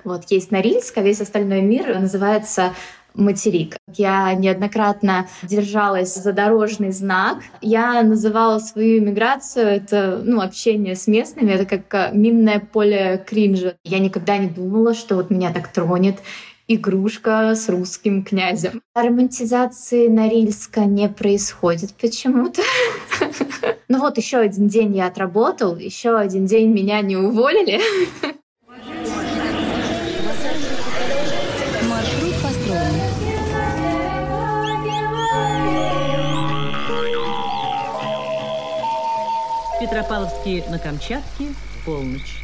Вот есть Норильск, а весь остальной мир называется материк. Я неоднократно держалась за дорожный знак. Я называла свою миграцию, это общение с местными, это как минное поле кринжа. Я никогда не думала, что вот меня так тронет игрушка с русским князем. Романтизации Норильска не происходит почему-то. Ну вот еще один день я отработал, еще один день меня не уволили. Маршрут построен. Петропавловске на Камчатке, полночь.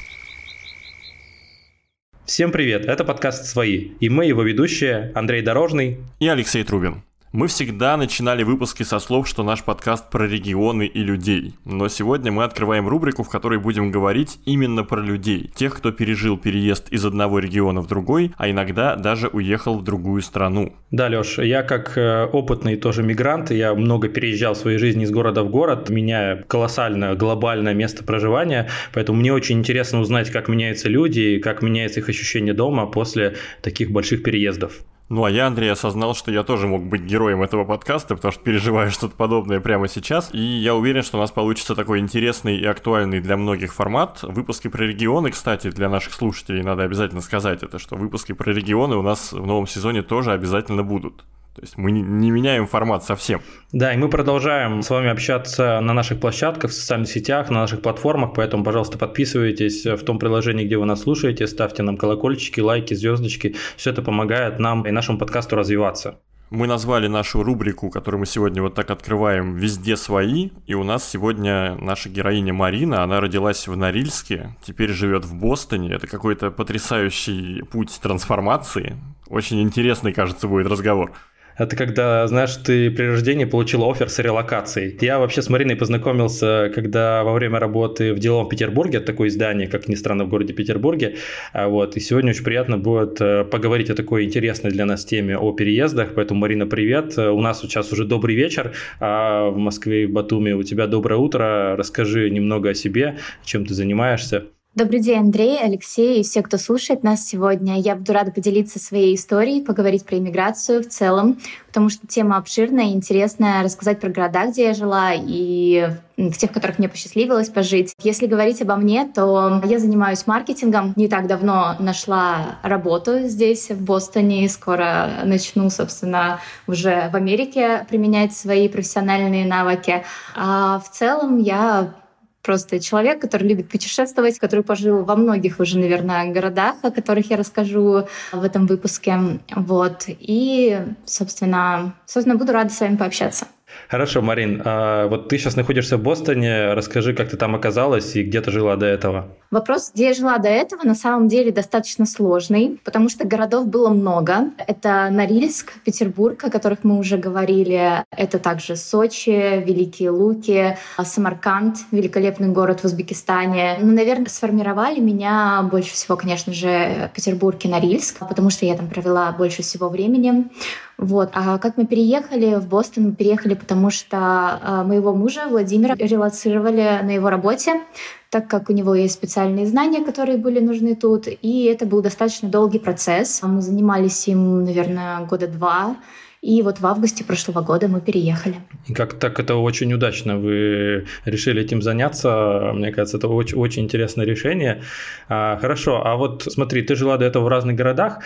Всем привет, это подкаст «Свои», и мы его ведущие Андрей Дорожный и Алексей Трубин. Мы всегда начинали выпуски со слов, что наш подкаст про регионы и людей. Но сегодня мы открываем рубрику, в которой будем говорить именно про людей. Тех, кто пережил переезд из одного региона в другой, а иногда даже уехал в другую страну. Да, Лёш, я как опытный тоже мигрант, я много переезжал в своей жизни из города в город, меняя колоссальное, глобальное место проживания, поэтому мне очень интересно узнать, как меняются люди, как меняется их ощущение дома после таких больших переездов. Ну а я, Андрей, осознал, что я тоже мог быть героем этого подкаста, потому что переживаю что-то подобное прямо сейчас. И я уверен, что у нас получится такой интересный и актуальный для многих формат. Выпуски про регионы, кстати, для наших слушателей надо обязательно сказать это, что выпуски про регионы у нас в новом сезоне тоже обязательно будут. То есть мы не меняем формат совсем. Да, и мы продолжаем с вами общаться на наших площадках, в социальных сетях, на наших платформах, поэтому, пожалуйста, подписывайтесь в том приложении, где вы нас слушаете, ставьте нам колокольчики, лайки, звездочки. Все это помогает нам и нашему подкасту развиваться. Мы назвали нашу рубрику, которую мы сегодня вот так открываем, «Везде свои», и у нас сегодня наша героиня Марина, она родилась в Норильске, теперь живет в Бостоне. Это какой-то потрясающий путь трансформации. Очень интересный, кажется, будет разговор. Это когда, знаешь, ты при рождении получил оффер с релокацией. Я вообще с Мариной познакомился, когда во время работы в «Деловом Петербурге», это такое издание, как ни странно, в городе Петербурге. Вот, и сегодня очень приятно будет поговорить о такой интересной для нас теме, о переездах. Поэтому, Марина, привет. У нас сейчас уже добрый вечер, а в Москве и в Батуми у тебя доброе утро. Расскажи немного о себе, чем ты занимаешься. Добрый день, Андрей, Алексей и все, кто слушает нас сегодня. Я буду рада поделиться своей историей, поговорить про иммиграцию в целом, потому что тема обширная и интересная, рассказать про города, где я жила, и в тех, в которых мне посчастливилось пожить. Если говорить обо мне, то я занимаюсь маркетингом. Не так давно нашла работу здесь, в Бостоне. Скоро начну, собственно, уже в Америке применять свои профессиональные навыки. А в целом я просто человек, который любит путешествовать, который пожил во многих уже, наверное, городах, о которых я расскажу в этом выпуске. Вот. И, собственно, буду рада с вами пообщаться. Хорошо, Марин, вот ты сейчас находишься в Бостоне, расскажи, как ты там оказалась и где ты жила до этого. Вопрос, где я жила до этого, на самом деле достаточно сложный, потому что городов было много. Это Норильск, Петербург, о которых мы уже говорили. Это также Сочи, Великие Луки, Самарканд, великолепный город в Узбекистане. Но, наверное, сформировали меня больше всего, конечно же, Петербург и Норильск, потому что я там провела больше всего времени. Вот. А как мы переехали в Бостон? Мы переехали, потому что моего мужа Владимира релоцировали на его работе, так как у него есть специальные знания, которые были нужны тут. И это был достаточно долгий процесс. Мы занимались им, наверное, 2 года. И вот в августе прошлого года мы переехали. И как так это очень удачно. Вы решили этим заняться. Мне кажется, это очень, очень интересное решение. Хорошо, а вот смотри, ты жила до этого в разных городах.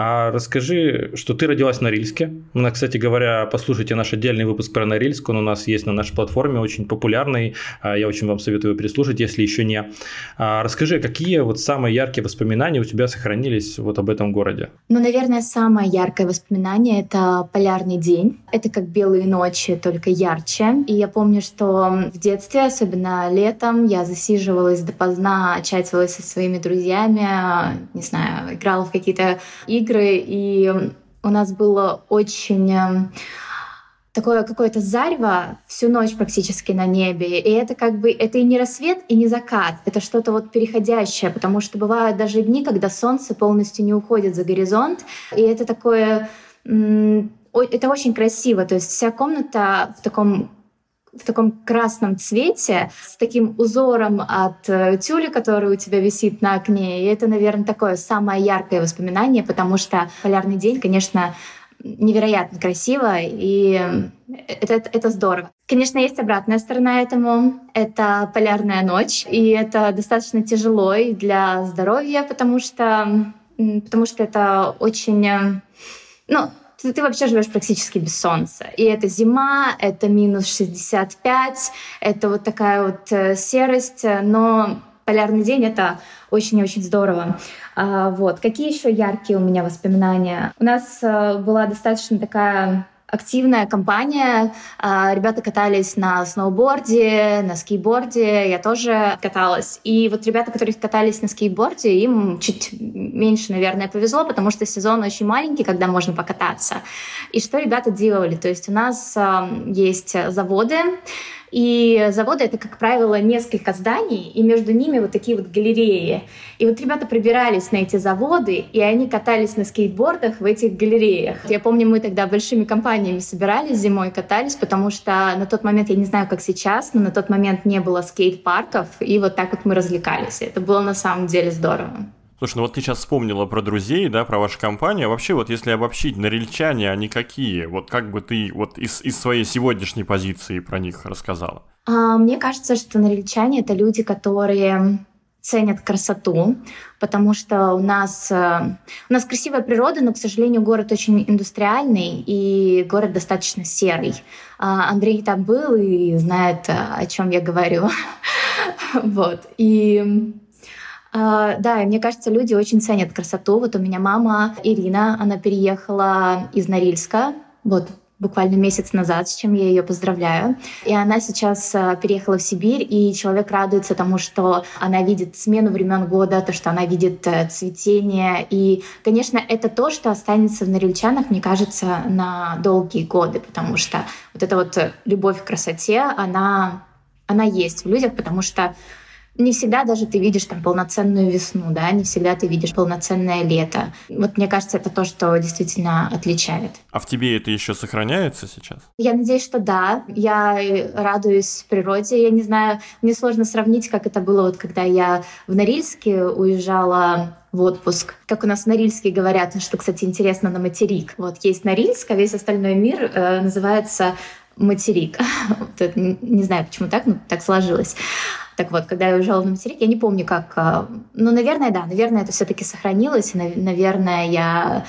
Расскажи, что ты родилась в Норильске. Кстати говоря, послушайте наш отдельный выпуск про Норильск. Он у нас есть на нашей платформе, очень популярный. Я очень вам советую переслушать, если еще не. Расскажи, какие вот самые яркие воспоминания у тебя сохранились вот об этом городе? Наверное, самое яркое воспоминание — это полярный день. Это как белые ночи, только ярче. И я помню, что в детстве, особенно летом, я засиживалась допоздна, чатилась со своими друзьями, не знаю, играла в какие-то игры, и у нас было очень такое какое-то зарево всю ночь практически на небе. И это это и не рассвет, и не закат. Это что-то вот переходящее, потому что бывают даже дни, когда солнце полностью не уходит за горизонт. И это такое... Это очень красиво. То есть вся комната в таком в таком красном цвете с таким узором от тюля, который у тебя висит на окне. И это, наверное, такое самое яркое воспоминание, потому что полярный день, конечно, невероятно красиво, и это здорово. Конечно, есть обратная сторона этому. Это полярная ночь, и это достаточно тяжело и для здоровья, потому что это очень... Ты вообще живешь практически без солнца. И это зима, это минус 65, это вот такая вот серость, но полярный день — это очень-очень здорово. Какие еще яркие у меня воспоминания? У нас была достаточно такая активная компания. Ребята катались на сноуборде, на скейтборде. Я тоже каталась. И вот ребята, которые катались на скейтборде, им чуть меньше, наверное, повезло, потому что сезон очень маленький, когда можно покататься. И что ребята делали? То есть у нас есть заводы, и заводы — это, как правило, несколько зданий, и между ними вот такие вот галереи. И вот ребята пробирались на эти заводы, и они катались на скейтбордах в этих галереях. Я помню, мы тогда большими компаниями собирались зимой, катались, потому что на тот момент, я не знаю, как сейчас, но на тот момент не было скейт-парков, и вот так вот мы развлекались. Это было на самом деле здорово. Слушай, вот ты сейчас вспомнила про друзей, да, про вашу компанию. А вообще, вот если обобщить, норильчане, они какие? Вот как бы ты вот из своей сегодняшней позиции про них рассказала? Мне кажется, что норильчане — это люди, которые ценят красоту, потому что у нас красивая природа, но, к сожалению, город очень индустриальный и город достаточно серый. Андрей там был и знает, о чем я говорю. Да, и мне кажется, люди очень ценят красоту. Вот у меня мама Ирина, она переехала из Норильска, буквально месяц назад, с чем я ее поздравляю. И она сейчас переехала в Сибирь, и человек радуется тому, что она видит смену времен года, то, что она видит цветение. И, конечно, это то, что останется в норильчанах, мне кажется, на долгие годы, потому что вот эта вот любовь к красоте, она есть в людях, потому что не всегда даже ты видишь там полноценную весну, да, не всегда ты видишь полноценное лето. Вот мне кажется, это то, что действительно отличает. А в тебе это еще сохраняется сейчас? Я надеюсь, что да. Я радуюсь природе. Я не знаю, мне сложно сравнить, как это было, вот когда я в Норильске уезжала в отпуск. Как у нас в Норильске говорят, что, кстати, интересно, на материк. Вот есть Норильск, а весь остальной мир называется материк. Не знаю, почему так, но так сложилось. Так вот, когда я уезжала на материк, я не помню, как... наверное, это все-таки сохранилось. Наверное, я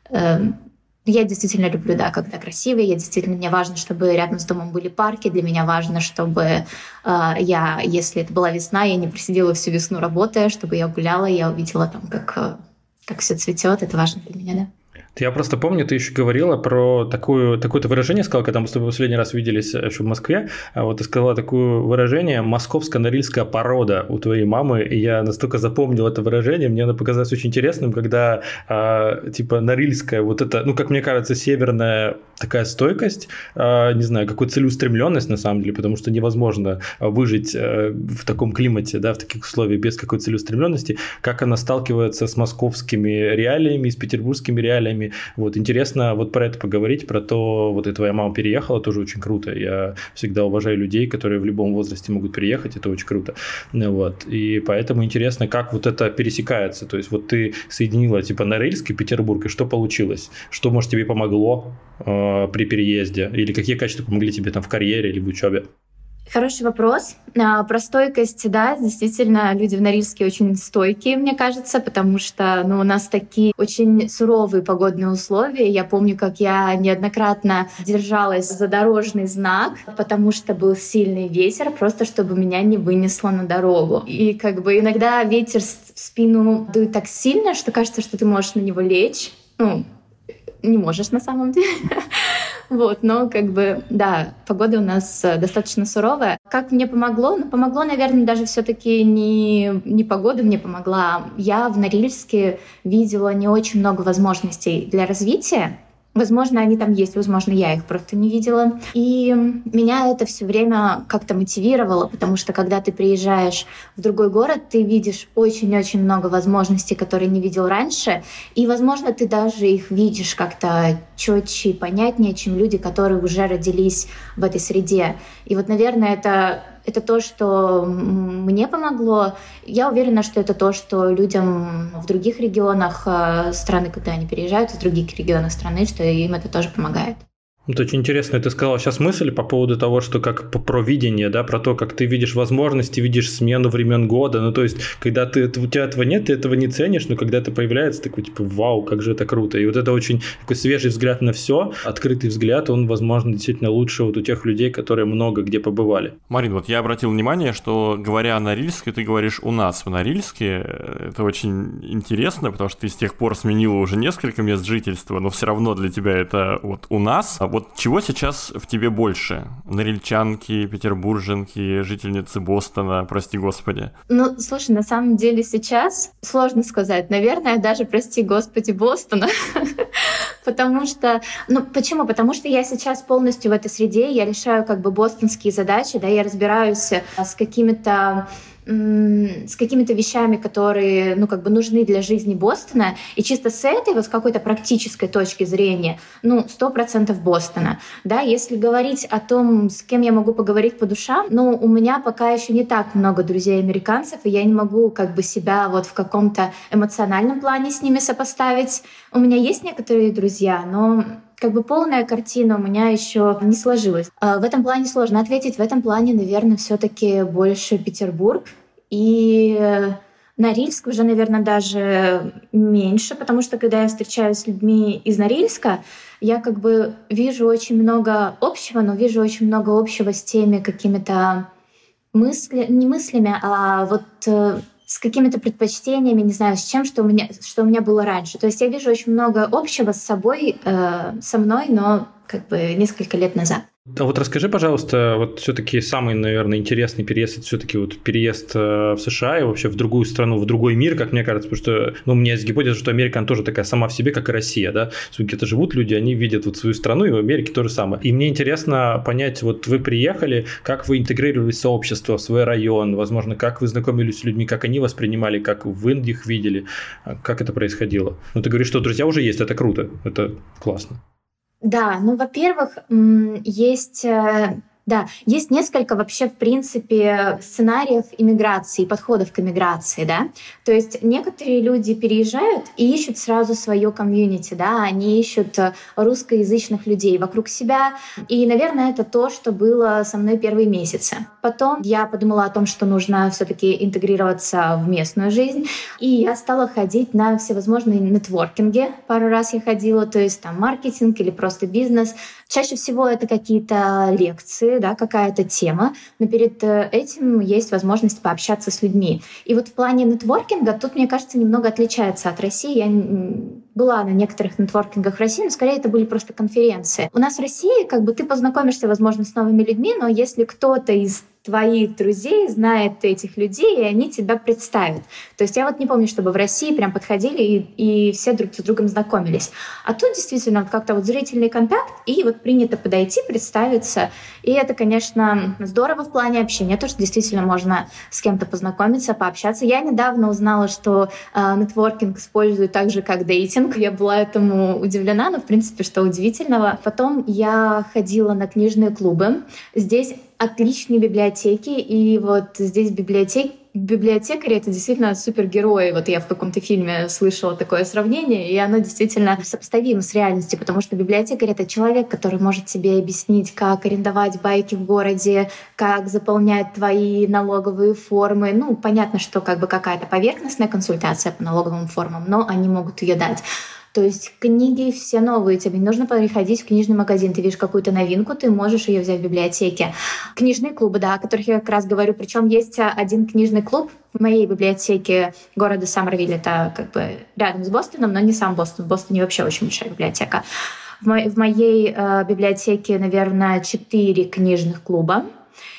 действительно люблю, да, когда красиво. Мне важно, чтобы рядом с домом были парки. Для меня важно, чтобы если это была весна, я не просидела всю весну работая, чтобы я гуляла, я увидела там, как все цветет. Это важно для меня, да. Я просто помню, ты еще говорила про такое-то выражение, сказала, когда мы с тобой в последний раз виделись еще в Москве, ты сказала такое выражение «московско-норильская порода» у твоей мамы, и я настолько запомнил это выражение, мне оно показалось очень интересным, когда норильская, вот это, как мне кажется, северная такая стойкость, не знаю, какую-то целеустремленность на самом деле, потому что невозможно выжить в таком климате, да, в таких условиях без какой-то целеустремленности, как она сталкивается с московскими реалиями, с петербургскими реалиями. Вот интересно вот про это поговорить, про то, вот и твоя мама переехала, тоже очень круто. Я всегда уважаю людей, которые в любом возрасте могут переехать, это очень круто. Вот. И поэтому интересно, как вот это пересекается. То есть вот ты соединила Норильск и Петербург, и что получилось? Что, может, тебе помогло при переезде? Или какие качества помогли тебе там в карьере или в учебе? Хороший вопрос. Про стойкость, да, действительно, люди в Норильске очень стойкие, мне кажется, потому что у нас такие очень суровые погодные условия. Я помню, как я неоднократно держалась за дорожный знак, потому что был сильный ветер, просто чтобы меня не вынесло на дорогу. И иногда ветер в спину дует так сильно, что кажется, что ты можешь на него лечь. Не можешь на самом деле. Но да, погода у нас достаточно суровая. Как мне помогло? Помогло, наверное, даже все-таки не погода мне помогла. Я в Норильске видела не очень много возможностей для развития. Возможно, они там есть, возможно, я их просто не видела. И меня это все время как-то мотивировало, потому что когда ты приезжаешь в другой город, ты видишь очень-очень много возможностей, которые не видел раньше. И, возможно, ты даже их видишь как-то четче и понятнее, чем люди, которые уже родились в этой среде. И вот, наверное, это то, что мне помогло. Я уверена, что это то, что людям в других регионах страны, когда они переезжают из других регионов страны, что им это тоже помогает. Это очень интересно, ты сказала сейчас мысль по поводу того, что как про видение, да, про то, как ты видишь возможности, видишь смену времен года, ну то есть, когда у тебя этого нет, ты этого не ценишь, но когда это появляется, такой типа, вау, как же это круто, и вот это очень такой свежий взгляд на все, открытый взгляд, он, возможно, действительно лучше вот у тех людей, которые много где побывали. Марин, вот я обратил внимание, что говоря на Норильске, ты говоришь «у нас в Норильске», это очень интересно, потому что ты с тех пор сменила уже несколько мест жительства, но все равно для тебя это вот «у нас». Вот чего сейчас в тебе больше? Норильчанки, петербурженки, жительницы Бостона, прости господи? Ну, слушай, на самом деле сейчас сложно сказать. Наверное, даже прости господи Бостона. Потому что... Ну, почему? Потому что я сейчас полностью в этой среде, я решаю как бы бостонские задачи, да, я разбираюсь с какими-то вещами, которые, ну, как бы нужны для жизни Бостона. И чисто с этой, вот с какой-то практической точки зрения, ну, 100% Бостона. Да, если говорить о том, с кем я могу поговорить по душам, ну, у меня пока еще не так много друзей-американцев, и я не могу как бы себя вот в каком-то эмоциональном плане с ними сопоставить. У меня есть некоторые друзья, но как бы полная картина у меня еще не сложилась. В этом плане сложно ответить. В этом плане, наверное, все-таки больше Петербург. И Норильск уже, наверное, даже меньше, потому что когда я встречаюсь с людьми из Норильска, я как бы вижу очень много общего, но вижу очень много общего с теми какими-то не мыслями, а вот с какими-то предпочтениями, не знаю, с чем, что у меня было раньше. То есть я вижу очень много общего с собой, со мной, но как бы несколько лет назад. А вот расскажи, пожалуйста, вот все-таки самый, наверное, интересный переезд, это все-таки вот переезд в США и вообще в другую страну, в другой мир, как мне кажется, потому что, ну, у меня есть гипотеза, что Америка, она тоже такая сама в себе, как и Россия, да, где-то живут люди, они видят вот свою страну, и в Америке то же самое. И мне интересно понять, вот вы приехали, как вы интегрировались в сообщество, в свой район, возможно, как вы знакомились с людьми, как они воспринимали, как вы их видели, как это происходило. Ну, ты говоришь, что друзья уже есть, это круто, это классно. Да, ну, во-первых, есть несколько вообще, в принципе, сценариев иммиграции, подходов к иммиграции, да. То есть некоторые люди переезжают и ищут сразу свое комьюнити, да, они ищут русскоязычных людей вокруг себя. И, наверное, это то, что было со мной первые месяцы. Потом я подумала о том, что нужно все-таки интегрироваться в местную жизнь, и я стала ходить на всевозможные нетворкинги. Пару раз я ходила, то есть там маркетинг или просто бизнес. Чаще всего это какие-то лекции, да, какая-то тема, но перед этим есть возможность пообщаться с людьми. И вот в плане нетворкинга тут, мне кажется, немного отличается от России. Я была на некоторых нетворкингах в России, но скорее это были просто конференции. У нас в России как бы ты познакомишься, возможно, с новыми людьми, но если кто-то из твоих друзей знает этих людей, и они тебя представят. То есть я вот не помню, чтобы в России прям подходили и все друг с другом знакомились. А тут действительно вот как-то вот зрительный контакт, и вот принято подойти, представиться. И это, конечно, здорово в плане общения. То, что действительно можно с кем-то познакомиться, пообщаться. Я недавно узнала, что нетворкинг используют так же, как дейтинг. Я была этому удивлена, но, в принципе, что удивительного. Потом я ходила на книжные клубы. Здесь отличные библиотеки, и вот здесь библиотекари — это действительно супергерои. Вот я в каком-то фильме слышала такое сравнение, и оно действительно сопоставимо с реальностью, потому что библиотекарь — это человек, который может тебе объяснить, как арендовать байки в городе, как заполнять твои налоговые формы. Ну, понятно, что как бы какая-то поверхностная консультация по налоговым формам, но они могут ее дать. То есть книги все новые, тебе не нужно приходить в книжный магазин, ты видишь какую-то новинку, ты можешь ее взять в библиотеке. Книжные клубы, да, о которых я как раз говорю, причем есть один книжный клуб в моей библиотеке города Саммервилл, это как бы рядом с Бостоном, но не сам Бостон, в Бостоне вообще очень большая библиотека. В моей библиотеке, наверное, 4 книжных клуба.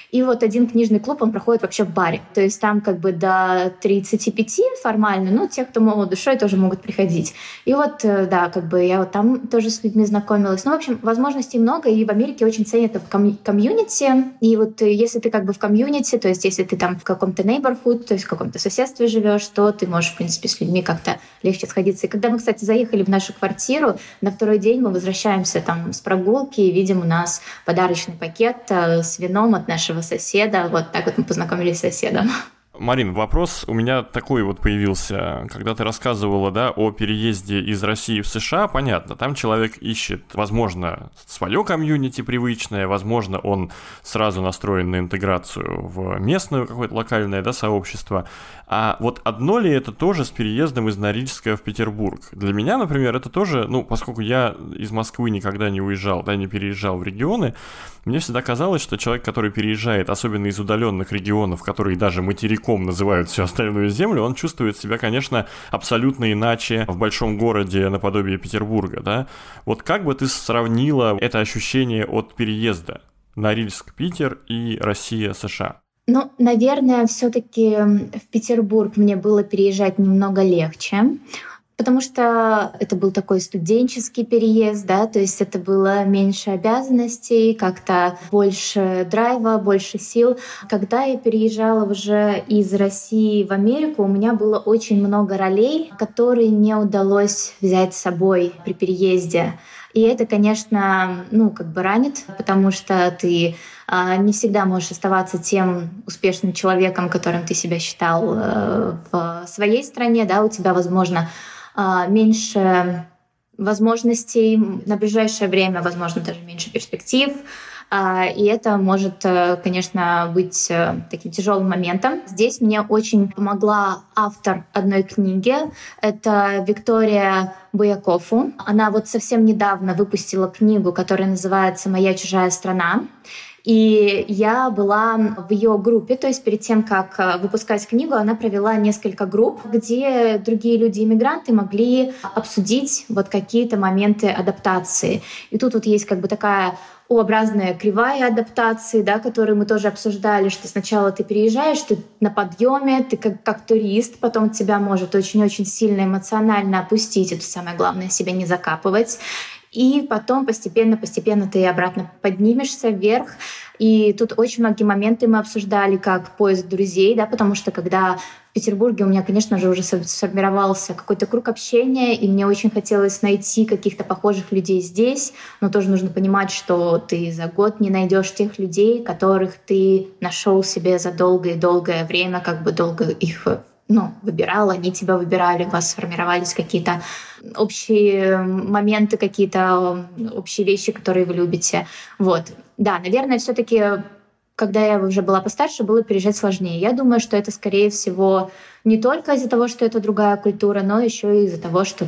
И вот один книжный клуб, он проходит вообще в баре. То есть там как бы до 35 формально, но те, кто молод душой, тоже могут приходить. И вот, да, как бы я вот там тоже с людьми знакомилась. Ну, в общем, возможностей много, и в Америке очень ценят это в комьюнити. И вот если ты как бы в комьюнити, то есть если ты там в каком-то neighborhood, то есть в каком-то соседстве живешь, то ты можешь, в принципе, с людьми как-то легче сходиться. И когда мы, кстати, заехали в нашу квартиру, на второй день мы возвращаемся там с прогулки и видим у нас подарочный пакет с вином от нашего соседа. Вот так вот мы познакомились с соседом. Марин, вопрос у меня такой вот появился. Когда ты рассказывала, да, о переезде из России в США, понятно, там человек ищет, возможно, свое комьюнити привычное, возможно, он сразу настроен на интеграцию в местное какое-то локальное, да, сообщество. А вот одно ли это тоже с переездом из Норильска в Петербург? Для меня, например, это тоже, ну, поскольку я из Москвы никогда не уезжал, да, не переезжал в регионы, мне всегда казалось, что человек, который переезжает, особенно из удаленных регионов, которые даже материком называют всю остальную землю, он чувствует себя, конечно, абсолютно иначе в большом городе наподобие Петербурга, да? Вот как бы ты сравнила это ощущение от переезда Норильск-Питер и Россия-США? Ну, наверное, все-таки в Петербург мне было переезжать немного легче, потому что это был такой студенческий переезд, да, то есть это было меньше обязанностей, как-то больше драйва, больше сил. Когда я переезжала уже из России в Америку, у меня было очень много ролей, которые не удалось взять с собой при переезде. И это, конечно, ну, как бы ранит, потому что ты не всегда можешь оставаться тем успешным человеком, которым ты себя считал в своей стране, да, у тебя, возможно, меньше возможностей на ближайшее время, возможно, даже меньше перспектив. И это может, конечно, быть таким тяжелым моментом. Здесь мне очень помогла автор одной книги. Это Виктория Буякофу. Она вот совсем недавно выпустила книгу, которая называется «Моя чужая страна». И я была в ее группе, то есть перед тем, как выпускать книгу, она провела несколько групп, где другие люди-иммигранты могли обсудить вот какие-то моменты адаптации. И тут вот есть как бы такая U-образная кривая адаптации, да, которую мы тоже обсуждали, что сначала ты переезжаешь, ты на подъеме, ты как турист, потом тебя может очень-очень сильно эмоционально опустить, это самое главное, себя не закапывать. И потом постепенно ты обратно поднимешься вверх. И тут очень многие моменты мы обсуждали, как поиск друзей, да, потому что когда в Петербурге у меня, конечно же, уже сформировался какой-то круг общения, и мне очень хотелось найти каких-то похожих людей здесь, но тоже нужно понимать, что ты за год не найдешь тех людей, которых ты нашел себе за долгое время, как бы долго их выбирал, они тебя выбирали, у вас сформировались какие-то общие моменты, какие-то общие вещи, которые вы любите. Вот. Да, наверное, все-таки, когда я уже была постарше, было переезжать сложнее. Я думаю, что это, скорее всего, не только из-за того, что это другая культура, но еще и из-за того, что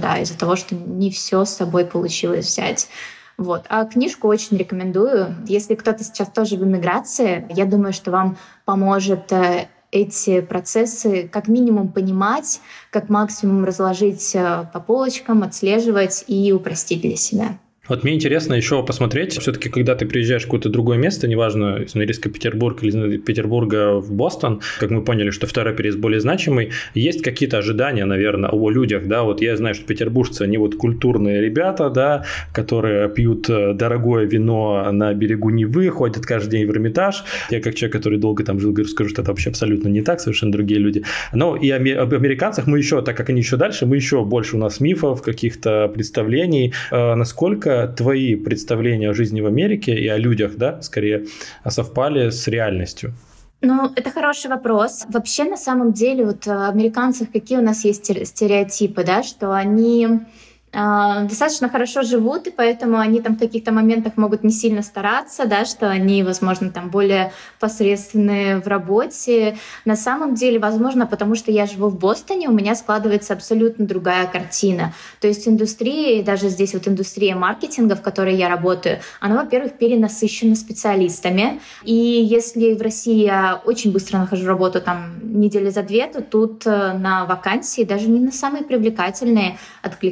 не все с собой получилось взять. Вот. А книжку очень рекомендую. Если кто-то сейчас тоже в эмиграции, я думаю, что вам поможет эти процессы как минимум понимать, как максимум разложить по полочкам, отслеживать и упростить для себя. Вот мне интересно еще посмотреть, все-таки, когда ты приезжаешь в какое-то другое место, неважно, из Норильска в Петербург или из Петербурга в Бостон, как мы поняли, что второй переезд более значимый, есть какие-то ожидания, наверное, о людях, да, вот я знаю, что петербуржцы, они вот культурные ребята, да, которые пьют дорогое вино на берегу Невы, ходят каждый день в Эрмитаж. Я как человек, который долго там жил, скажу, что это вообще абсолютно не так, совершенно другие люди. Но и об американцах мы еще, так как они еще дальше, мы еще больше у нас мифов, каких-то представлений, насколько твои представления о жизни в Америке и о людях, да, скорее, совпали с реальностью? Ну, это хороший вопрос. Вообще, на самом деле, вот о американцах какие у нас есть стереотипы, да, что они достаточно хорошо живут, и поэтому они там в каких-то моментах могут не сильно стараться, да, что они, возможно, там более посредственные в работе. На самом деле, возможно, потому что я живу в Бостоне, у меня складывается абсолютно другая картина. То есть индустрия, даже здесь вот индустрия маркетинга, в которой я работаю, она, во-первых, перенасыщена специалистами. И если в России я очень быстро нахожу работу, там, недели за 2, то тут на вакансии, даже не на самые привлекательные, откликается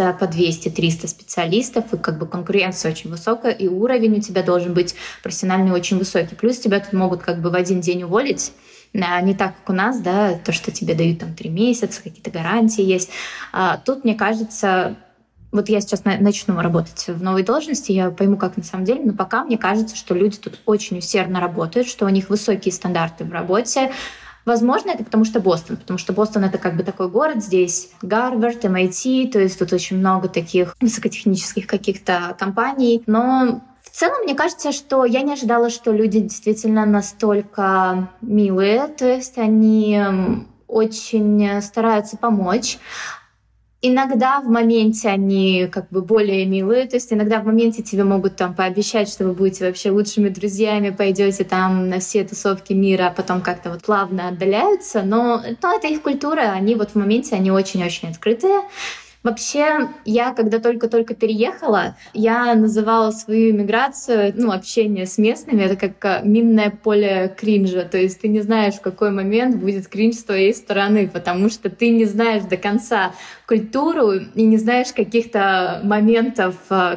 находится по 200-300 специалистов, и как бы конкуренция очень высокая, и уровень у тебя должен быть профессиональный очень высокий. Плюс тебя тут могут как бы в один день уволить, не так, как у нас, да, то, что тебе дают там 3 месяца, какие-то гарантии есть. Тут, мне кажется, вот я сейчас начну работать в новой должности, я пойму, как на самом деле, но пока мне кажется, что люди тут очень усердно работают, что у них высокие стандарты в работе. Возможно, это потому что Бостон — это как бы такой город, здесь Гарвард, MIT, то есть тут очень много таких высокотехнических каких-то компаний, но в целом, мне кажется, что я не ожидала, что люди действительно настолько милые, то есть они очень стараются помочь. Иногда в моменте они как бы более милые, то есть иногда в моменте тебе могут там пообещать, что вы будете вообще лучшими друзьями, пойдете там на все тусовки мира, а потом как-то вот плавно отдаляются, но это их культура, они вот в моменте, они очень-очень открытые. Вообще, я когда только-только переехала, я называла свою миграцию, общение с местными, это как минное поле кринжа. То есть ты не знаешь, в какой момент будет кринж с твоей стороны, потому что ты не знаешь до конца культуру и не знаешь каких-то моментов,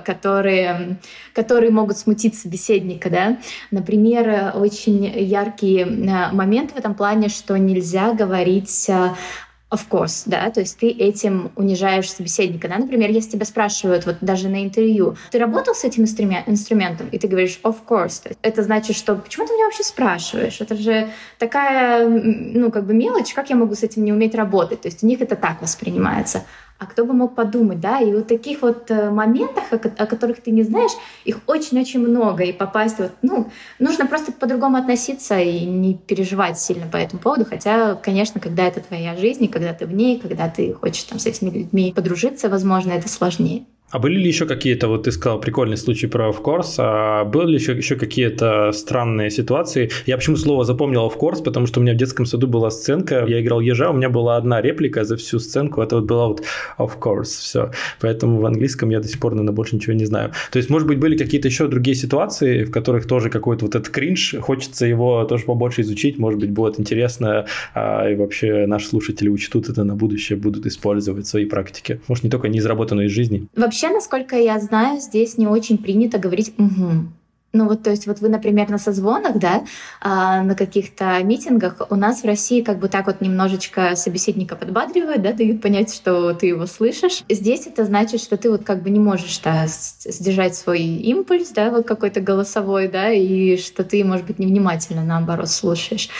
которые могут смутить собеседника. Да? Например, очень яркий момент в этом плане, что нельзя говорить of course, да, то есть ты этим унижаешь собеседника, да, например, если тебя спрашивают, вот даже на интервью, ты работал с этим инструментом, и ты говоришь of course, то есть это значит, что почему ты меня вообще спрашиваешь, это же такая, мелочь, как я могу с этим не уметь работать, то есть у них это так воспринимается. А кто бы мог подумать, да? И вот таких вот моментах, о которых ты не знаешь, их очень-очень много. И попасть нужно просто по-другому относиться и не переживать сильно по этому поводу. Хотя, конечно, когда это твоя жизнь, и когда ты в ней, когда ты хочешь там с этими людьми подружиться, возможно, это сложнее. А были ли еще какие-то, вот ты сказал, прикольный случай про of course, а были ли еще какие-то странные ситуации? Я почему слово запомнил of course, потому что у меня в детском саду была сценка, я играл ежа, у меня была одна реплика за всю сценку, это вот была вот of course, все. Поэтому в английском я до сих пор, наверное, больше ничего не знаю. То есть, может быть, были какие-то еще другие ситуации, в которых тоже какой-то вот этот кринж, хочется его тоже побольше изучить, может быть, будет интересно, и вообще наши слушатели учтут это на будущее, будут использовать в своей практике. Может, не только неизработанную из жизни. Вообще, насколько я знаю, здесь не очень принято говорить «угу». То есть вы, например, на созвонах, да, на каких-то митингах у нас в России как бы так вот немножечко собеседника подбадривают, да, дают понять, что ты его слышишь. Здесь это значит, что ты вот как бы не можешь сдержать свой импульс, да, вот какой-то голосовой, да, и что ты, может быть, невнимательно, наоборот, слушаешь.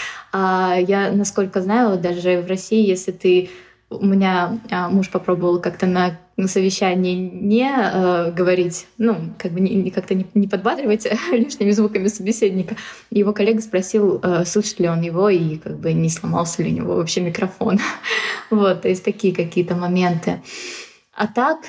Я, насколько знаю, даже в России, если у меня муж попробовал как-то на совещании не говорить, как-то не подбадривать лишними звуками собеседника. Его коллега спросил, слышит ли он его, и как бы не сломался ли у него вообще микрофон. Вот, то есть такие какие-то моменты. А так,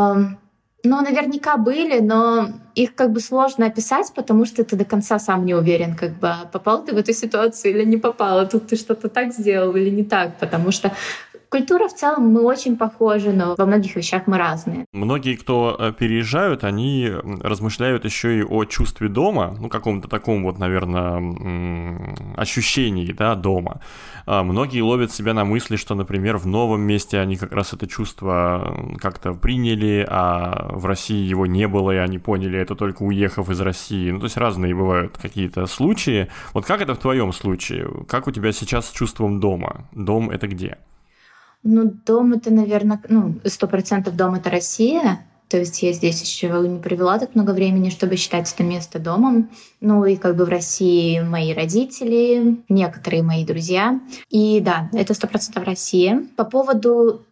наверняка были, но их как бы сложно описать, потому что ты до конца сам не уверен, как бы попал ты в эту ситуацию или не попал, а тут ты что-то так сделал или не так, потому что культура в целом, мы очень похожи, но во многих вещах мы разные. Многие, кто переезжают, они размышляют еще и о чувстве дома, каком-то таком вот, наверное, ощущении, да, дома. Многие ловят себя на мысли, что, например, в новом месте они как раз это чувство как-то приняли, а в России его не было, и они поняли это только уехав из России. То есть разные бывают какие-то случаи. Вот как это в твоем случае? Как у тебя сейчас с чувством дома? Дом — это где? Дом — это, наверное, 100% дом — это Россия. То есть я здесь еще не провела так много времени, чтобы считать это место домом. И как бы в России мои родители, некоторые мои друзья. И да, это 100% Россия. По поводу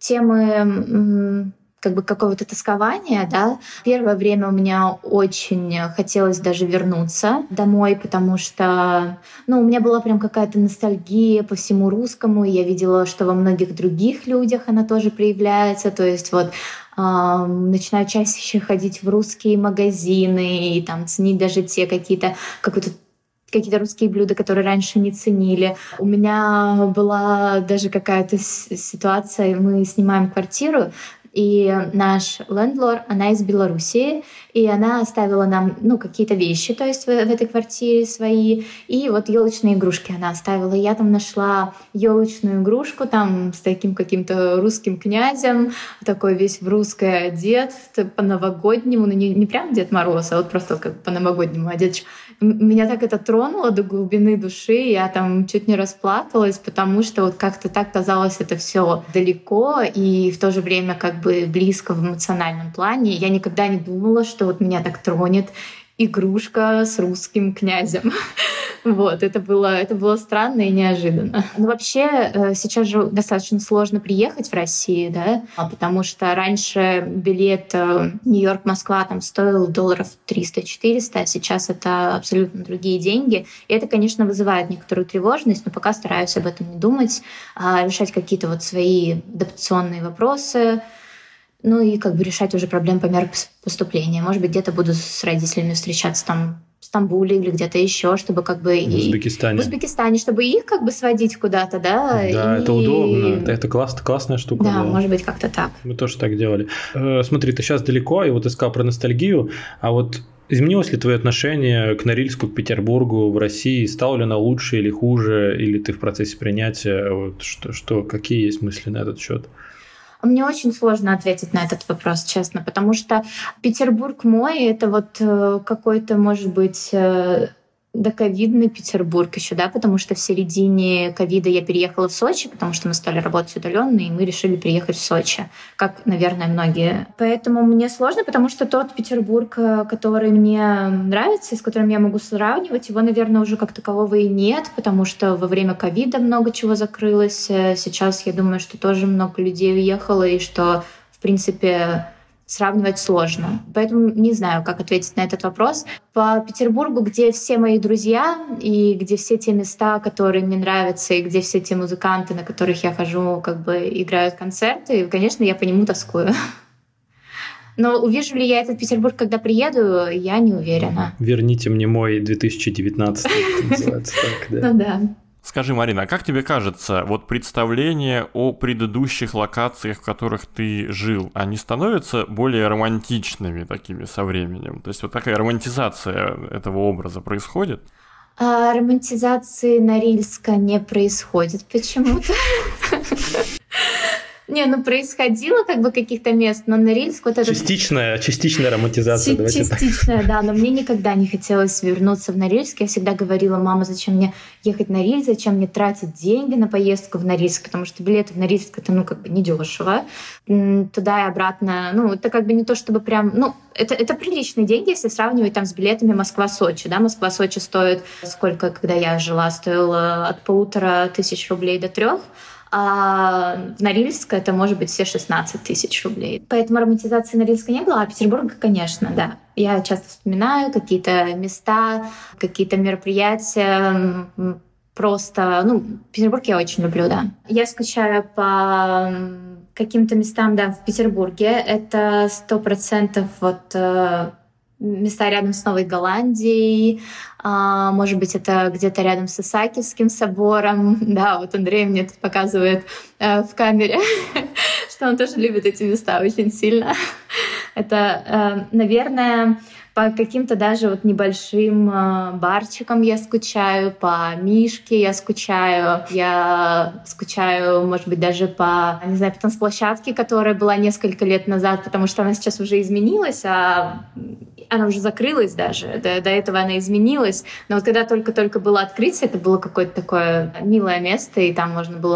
темы как бы какого-то тоскования, да. Первое время у меня очень хотелось даже вернуться домой, потому что, у меня была прям какая-то ностальгия по всему русскому, и я видела, что во многих других людях она тоже проявляется, то есть начинаю чаще ходить в русские магазины и там ценить даже те какие-то русские блюда, которые раньше не ценили. У меня была даже какая-то ситуация, мы снимаем квартиру, И наш лендлорд, она из Белоруссии, и она оставила нам, какие-то вещи, то есть в этой квартире свои, и вот елочные игрушки она оставила. Я там нашла елочную игрушку там с таким каким-то русским князем, такой весь в русское одет, по-новогоднему, не прям Дед Мороз, а вот просто как по-новогоднему одет. Меня так это тронуло до глубины души, я там чуть не расплакалась, потому что вот как-то так казалось это все далеко и в то же время как бы близко в эмоциональном плане. Я никогда не думала, что вот меня так тронет игрушка с русским князем. Вот, это было странно и неожиданно. Но вообще сейчас же достаточно сложно приехать в Россию, да, потому что раньше билет Нью-Йорк-Москва там стоил $300-400, а сейчас это абсолютно другие деньги. И это, конечно, вызывает некоторую тревожность, но пока стараюсь об этом не думать, решать какие-то вот свои адаптационные вопросы, и как бы решать уже проблемы по мере поступления. Может быть, где-то буду с родителями встречаться там в Стамбуле или где-то еще, чтобы как бы... В Узбекистане. В Узбекистане, чтобы их как бы сводить куда-то, да? Да, это удобно. Это классная штука. Да, может быть, как-то так. Мы тоже так делали. Смотри, ты сейчас далеко, и вот ты сказал про ностальгию, а вот изменилось ли твое отношение к Норильску, к Петербургу в России? Стало ли оно лучше или хуже? Или ты в процессе принятия? Вот какие есть мысли на этот счет? Мне очень сложно ответить на этот вопрос, честно, потому что Петербург мой — это вот какой-то, может быть, доковидный Петербург еще, да, потому что в середине ковида я переехала в Сочи, потому что мы стали работать удаленно, и мы решили переехать в Сочи, как, наверное, многие. Поэтому мне сложно, потому что тот Петербург, который мне нравится и с которым я могу сравнивать, его, наверное, уже как такового и нет, потому что во время ковида много чего закрылось. Сейчас я думаю, что тоже много людей уехало, и что, в принципе, сравнивать сложно. Поэтому не знаю, как ответить на этот вопрос. По Петербургу, где все мои друзья, и где все те места, которые мне нравятся, и где все те музыканты, на которых я хожу, как бы играют концерты, конечно, я по нему тоскую. Но увижу ли я этот Петербург, когда приеду, я не уверена. Верните мне мой 2019, называется так, да. Ну да. Скажи, Марина, а как тебе кажется, вот представления о предыдущих локациях, в которых ты жил, они становятся более романтичными такими со временем? То есть вот такая романтизация этого образа происходит? Романтизации Норильска не происходит почему-то. Происходило как бы каких-то мест, но Норильск вот это... Частичная романтизация. Частичная, да, но мне никогда не хотелось вернуться в Норильск. Я всегда говорила: мама, зачем мне ехать в Норильск, зачем мне тратить деньги на поездку в Норильск, потому что билеты в Норильск — это, недешево. Туда и обратно, это как бы не то, чтобы прям... Это приличные деньги, если сравнивать там с билетами Москва-Сочи, да, Москва-Сочи стоит сколько, когда я жила, стоило от 1500 рублей до 3. А в Норильск это может быть все 16 тысяч рублей. Поэтому романтизации Норильска не было, а Петербурга, конечно, да. Я часто вспоминаю какие-то места, какие-то мероприятия. Просто, Петербург я очень люблю, да. Я скучаю по каким-то местам, да, в Петербурге. Это 100% места рядом с Новой Голландией, может быть, это где-то рядом с Исаакиевским собором. Да, вот Андрей мне тут показывает в камере, что он тоже любит эти места очень сильно. Это, наверное, по каким-то даже небольшим барчикам я скучаю, по Мишке я скучаю, может быть, даже по танцплощадке, которая была несколько лет назад, потому что она сейчас уже изменилась, а она уже закрылась даже, до этого она изменилась. Но вот когда только-только было открытие, это было какое-то такое милое место, и там можно было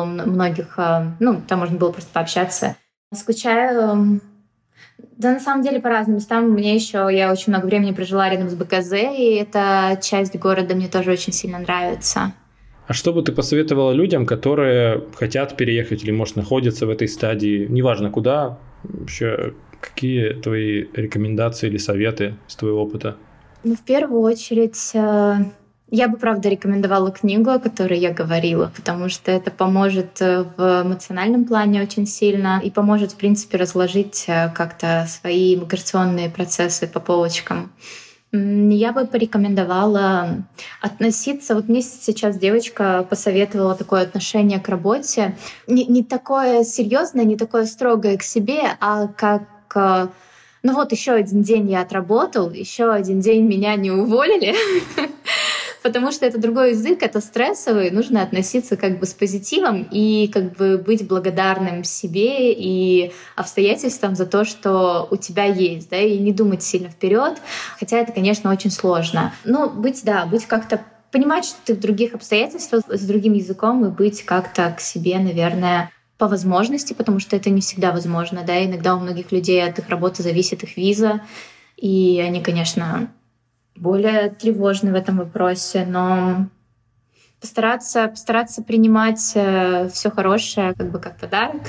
там можно было просто пообщаться. Скучаю... Да, на самом деле, по разным местам. Я очень много времени прожила рядом с БКЗ, и эта часть города мне тоже очень сильно нравится. А что бы ты посоветовала людям, которые хотят переехать или, может, находятся в этой стадии, неважно куда, вообще, какие твои рекомендации или советы из твоего опыта? В первую очередь... Я бы, правда, рекомендовала книгу, о которой я говорила, потому что это поможет в эмоциональном плане очень сильно и поможет, в принципе, разложить как-то свои миграционные процессы по полочкам. Я бы порекомендовала относиться... Вот мне сейчас девочка посоветовала такое отношение к работе. Не такое серьезное, не такое строгое к себе, а как... Ну вот еще один день я отработал, еще один день меня не уволили. Потому что это другой язык, это стрессовый, нужно относиться как бы с позитивом и как бы быть благодарным себе и обстоятельствам за то, что у тебя есть, да, и не думать сильно вперед, хотя это, конечно, очень сложно. Но быть как-то понимать, что ты в других обстоятельствах с другим языком и быть как-то к себе, наверное, по возможности, потому что это не всегда возможно, да, иногда у многих людей от их работы зависит их виза, и они, конечно, более тревожны в этом вопросе, но постараться принимать все хорошее как бы как подарок,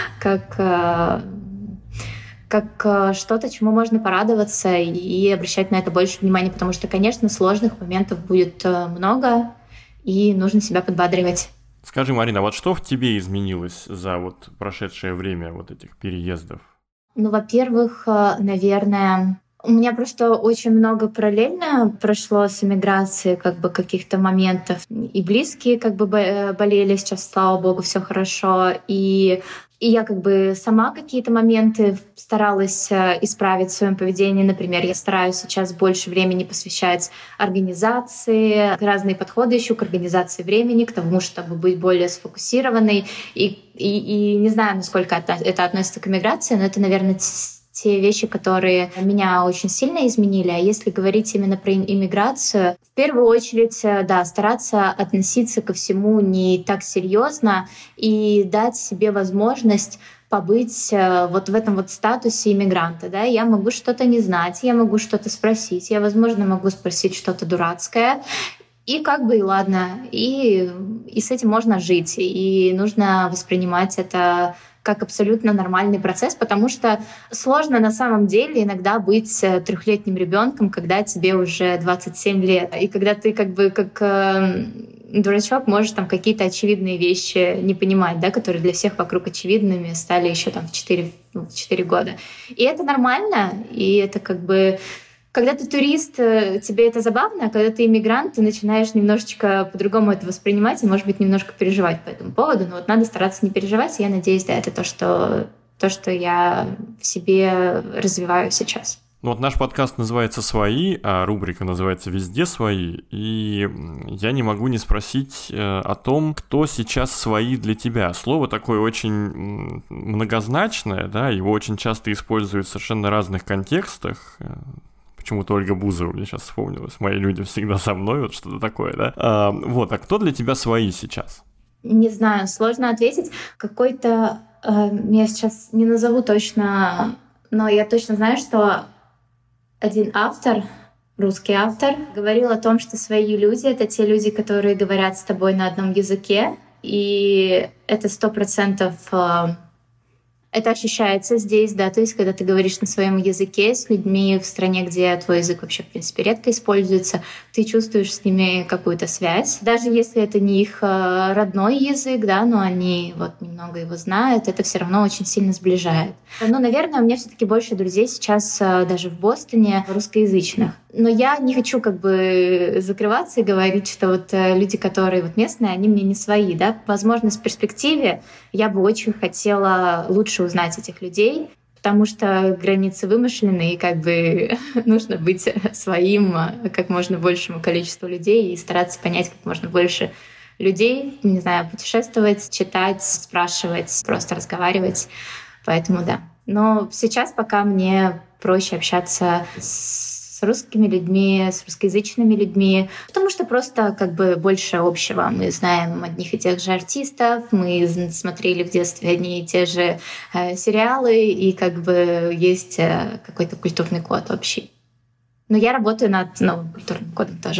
как что-то, чему можно порадоваться и обращать на это больше внимания, потому что, конечно, сложных моментов будет много, и нужно себя подбадривать. Скажи, Марина, вот что в тебе изменилось за вот прошедшее время вот этих переездов? Ну, во-первых, наверное, у меня просто очень много параллельно прошло с эмиграцией как бы каких-то моментов. И близкие как бы болели, сейчас, слава богу, все хорошо. И я как бы сама какие-то моменты старалась исправить в своем поведении. Например, я стараюсь сейчас больше времени посвящать организации, разные подходы ищу к организации времени, к тому, чтобы быть более сфокусированной. И не знаю, насколько это относится к эмиграции, но это, наверное, те вещи, которые меня очень сильно изменили. А если говорить именно про иммиграцию, в первую очередь, да, стараться относиться ко всему не так серьезно и дать себе возможность побыть вот в этом вот статусе иммигранта. Да? Я могу что-то не знать, я могу что-то спросить, я, возможно, могу спросить что-то дурацкое, и как бы и ладно, и с этим можно жить, и нужно воспринимать это как абсолютно нормальный процесс, потому что сложно на самом деле иногда быть трехлетним ребенком, когда тебе уже 27 лет, и когда ты как бы как дурачок можешь там какие-то очевидные вещи не понимать, да, которые для всех вокруг очевидными стали еще там в 4 года. И это нормально, и это как бы... Когда ты турист, тебе это забавно, а когда ты иммигрант, ты начинаешь немножечко по-другому это воспринимать и, может быть, немножко переживать по этому поводу. Но вот надо стараться не переживать, и я надеюсь, да, это то, что я в себе развиваю сейчас. Ну вот наш подкаст называется «Свои», а рубрика называется «Везде свои», и я не могу не спросить о том, кто сейчас свои для тебя. Слово такое очень многозначное, да, его очень часто используют в совершенно разных контекстах. Почему-то Ольга Бузова мне сейчас вспомнилась. Мои люди всегда со мной, вот что-то такое, да? А кто для тебя свои сейчас? Не знаю, сложно ответить. Какой-то... я сейчас не назову точно, но я точно знаю, что один автор, русский автор, говорил о том, что свои люди — это те люди, которые говорят с тобой на одном языке, и это 100%... Это ощущается здесь, да, то есть когда ты говоришь на своем языке с людьми в стране, где твой язык вообще, в принципе, редко используется, ты чувствуешь с ними какую-то связь. Даже если это не их родной язык, да, но они вот немного его знают, это все равно очень сильно сближает. Но, наверное, у меня все-таки больше друзей сейчас даже в Бостоне русскоязычных. Но я не хочу как бы закрываться и говорить, что вот люди, которые вот местные, они мне не свои, да. Возможно, в перспективе я бы очень хотела лучше узнать этих людей, потому что границы вымышлены, и как бы нужно быть своим как можно большему количеству людей и стараться понять как можно больше людей, не знаю, путешествовать, читать, спрашивать, просто разговаривать. Поэтому да. Но сейчас пока мне проще общаться с русскими людьми, с русскоязычными людьми, потому что просто как бы больше общего. Мы знаем одних и тех же артистов, мы смотрели в детстве одни и те же сериалы, и как бы есть какой-то культурный код общий. Но я работаю над новым культурным кодом тоже.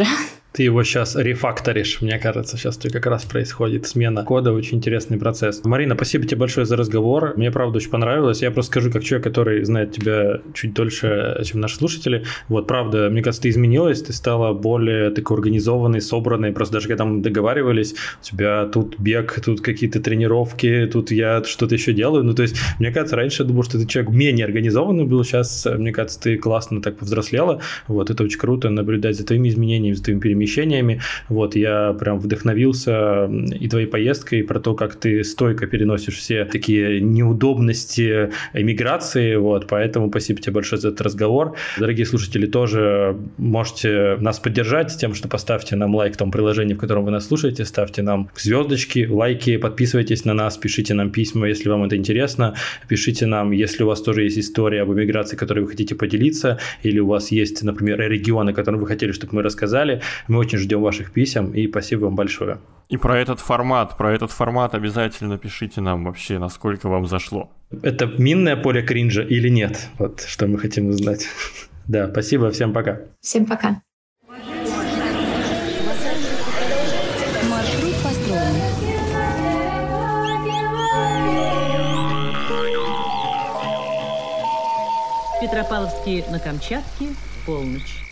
Ты его сейчас рефакторишь, мне кажется, сейчас как раз происходит смена кода, очень интересный процесс. Марина, спасибо тебе большое за разговор, мне правда очень понравилось. Я просто скажу, как человек, который знает тебя чуть дольше, чем наши слушатели, вот, правда, мне кажется, ты изменилась, ты стала более такой организованной, собранной, просто даже когда мы договаривались, у тебя тут бег, тут какие-то тренировки, тут я что-то еще делаю, ну, то есть, мне кажется, раньше я думал, что ты человек менее организованный был, сейчас, мне кажется, ты классно так повзрослела, вот, это очень круто, наблюдать за твоими изменениями, за твоими перемещениями. Вот, я прям вдохновился и твоей поездкой, и про то, как ты стойко переносишь все такие неудобности эмиграции, вот, поэтому спасибо тебе большое за этот разговор. Дорогие слушатели, тоже можете нас поддержать тем, что поставьте нам лайк в том приложении, в котором вы нас слушаете, ставьте нам звездочки, лайки, подписывайтесь на нас, пишите нам письма, если вам это интересно, пишите нам, если у вас тоже есть история об эмиграции, которой вы хотите поделиться, или у вас есть, например, регионы, которые вы хотели, чтобы мы рассказали. Мы очень ждем ваших писем, и спасибо вам большое. И про этот формат обязательно пишите нам вообще, насколько вам зашло. Это минное поле кринжа или нет? Вот что мы хотим узнать. Да, спасибо, всем пока. Всем пока. Маршрут построен. Петропавловске на Камчатке, полночь.